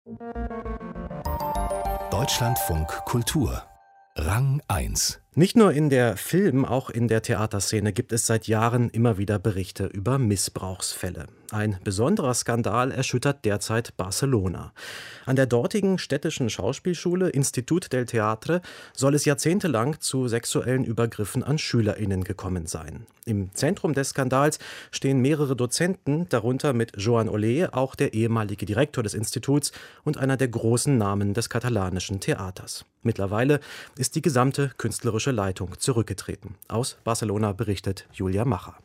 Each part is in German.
Deutschlandfunk Kultur Rang 1. Nicht nur in der Film-, auch in der Theaterszene gibt es seit Jahren immer wieder Berichte über Missbrauchsfälle. Ein besonderer Skandal erschüttert derzeit Barcelona. An der dortigen städtischen Schauspielschule Institut del Teatre soll es jahrzehntelang zu sexuellen Übergriffen an SchülerInnen gekommen sein. Im Zentrum des Skandals stehen mehrere Dozenten, darunter mit Joan Olé auch der ehemalige Direktor des Instituts und einer der großen Namen des katalanischen Theaters. Mittlerweile ist die gesamte künstlerische Leitung zurückgetreten. Aus Barcelona berichtet Julia Macher.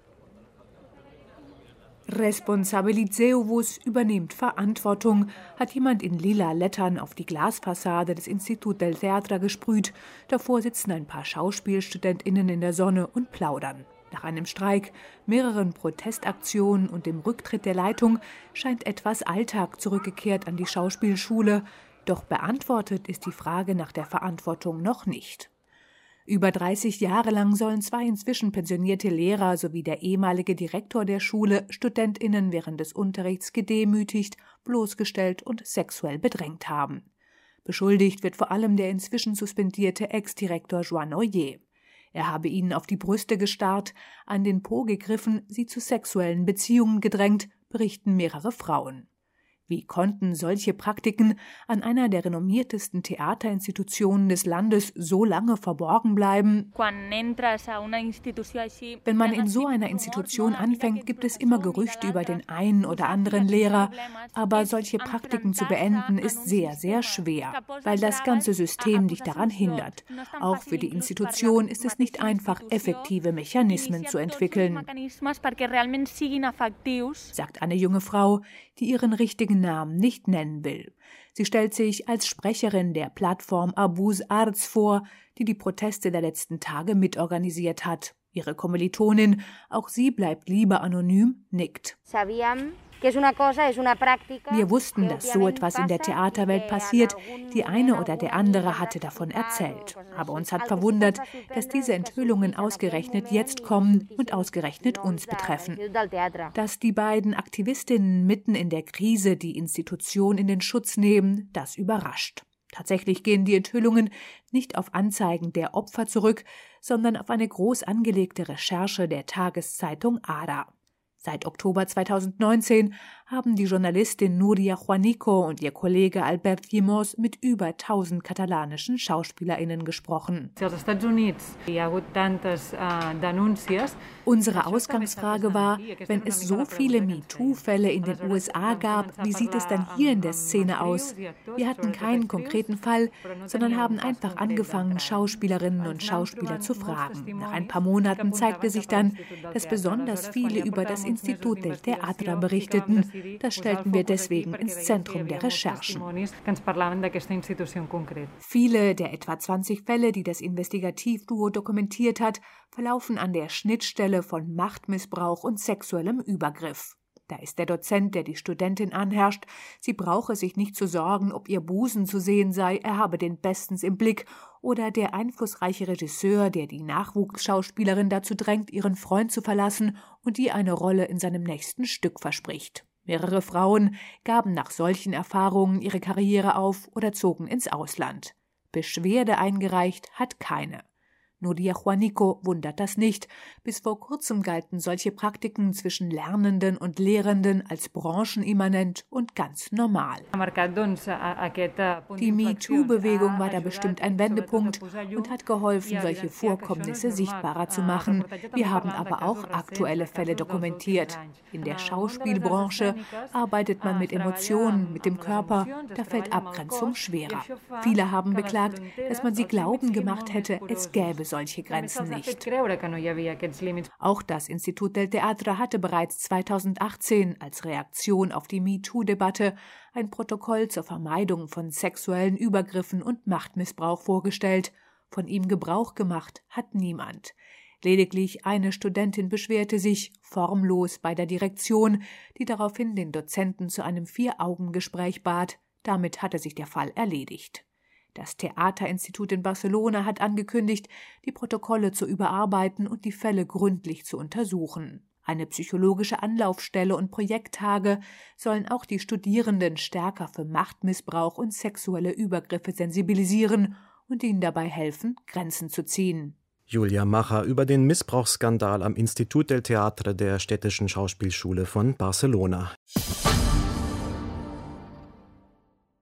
Responsabilizeu-vos, übernehmt Verantwortung, hat jemand in lila Lettern auf die Glasfassade des Institut del Teatre gesprüht. Davor sitzen ein paar SchauspielstudentInnen in der Sonne und plaudern. Nach einem Streik, mehreren Protestaktionen und dem Rücktritt der Leitung scheint etwas Alltag zurückgekehrt an die Schauspielschule. Doch beantwortet ist die Frage nach der Verantwortung noch nicht. Über 30 Jahre lang sollen 2 inzwischen pensionierte Lehrer sowie der ehemalige Direktor der Schule StudentInnen während des Unterrichts gedemütigt, bloßgestellt und sexuell bedrängt haben. Beschuldigt wird vor allem der inzwischen suspendierte Ex-Direktor Joan Olé. Er habe ihnen auf die Brüste gestarrt, an den Po gegriffen, sie zu sexuellen Beziehungen gedrängt, berichten mehrere Frauen. Wie konnten solche Praktiken an einer der renommiertesten Theaterinstitutionen des Landes so lange verborgen bleiben? Wenn man in so einer Institution anfängt, gibt es immer Gerüchte über den einen oder anderen Lehrer. Aber solche Praktiken zu beenden, ist sehr, sehr schwer, weil das ganze System dich daran hindert. Auch für die Institution ist es nicht einfach, effektive Mechanismen zu entwickeln, sagt eine junge Frau, die ihren richtigen Namen nicht nennen will. Sie stellt sich als Sprecherin der Plattform Abús Arts vor, die die Proteste der letzten Tage mitorganisiert hat. Ihre Kommilitonin, auch sie bleibt lieber anonym, nickt. Wir wussten, dass so etwas in der Theaterwelt passiert. Die eine oder der andere hatte davon erzählt. Aber uns hat verwundert, dass diese Enthüllungen ausgerechnet jetzt kommen und ausgerechnet uns betreffen. Dass die beiden Aktivistinnen mitten in der Krise die Institution in den Schutz nehmen, das überrascht. Tatsächlich gehen die Enthüllungen nicht auf Anzeigen der Opfer zurück, sondern auf eine groß angelegte Recherche der Tageszeitung Ara. Seit Oktober 2019 haben die Journalistin Núria Juanico und ihr Kollege Albert Llimós mit über 1000 katalanischen SchauspielerInnen gesprochen. Unsere Ausgangsfrage war, wenn es so viele MeToo-Fälle in den USA gab, wie sieht es dann hier in der Szene aus? Wir hatten keinen konkreten Fall, sondern haben einfach angefangen, Schauspielerinnen und Schauspieler zu fragen. Nach ein paar Monaten zeigte sich dann, dass besonders viele über das Institut del Teatre berichteten. Das stellten wir deswegen ins Zentrum der Recherchen. Viele der etwa 20 Fälle, die das Investigativduo dokumentiert hat, verlaufen an der Schnittstelle von Machtmissbrauch und sexuellem Übergriff. Da ist der Dozent, der die Studentin anherrscht. Sie brauche sich nicht zu sorgen, ob ihr Busen zu sehen sei, er habe den bestens im Blick. Oder der einflussreiche Regisseur, der die Nachwuchsschauspielerin dazu drängt, ihren Freund zu verlassen und ihr eine Rolle in seinem nächsten Stück verspricht. Mehrere Frauen gaben nach solchen Erfahrungen ihre Karriere auf oder zogen ins Ausland. Beschwerde eingereicht hat keine. Núria Juanico wundert das nicht. Bis vor kurzem galten solche Praktiken zwischen Lernenden und Lehrenden als branchenimmanent und ganz normal. Die MeToo-Bewegung war da bestimmt ein Wendepunkt und hat geholfen, solche Vorkommnisse sichtbarer zu machen. Wir haben aber auch aktuelle Fälle dokumentiert. In der Schauspielbranche arbeitet man mit Emotionen, mit dem Körper. Da fällt Abgrenzung schwerer. Viele haben beklagt, dass man sie glauben gemacht hätte, es gäbe solche Grenzen nicht. Auch das Institut del Teatre hatte bereits 2018 als Reaktion auf die MeToo-Debatte ein Protokoll zur Vermeidung von sexuellen Übergriffen und Machtmissbrauch vorgestellt. Von ihm Gebrauch gemacht hat niemand. Lediglich eine Studentin beschwerte sich, formlos, bei der Direktion, die daraufhin den Dozenten zu einem 4-Augen-Gespräch bat. Damit hatte sich der Fall erledigt. Das Theaterinstitut in Barcelona hat angekündigt, die Protokolle zu überarbeiten und die Fälle gründlich zu untersuchen. Eine psychologische Anlaufstelle und Projekttage sollen auch die Studierenden stärker für Machtmissbrauch und sexuelle Übergriffe sensibilisieren und ihnen dabei helfen, Grenzen zu ziehen. Julia Macher über den Missbrauchsskandal am Institut del Teatre der Städtischen Schauspielschule von Barcelona.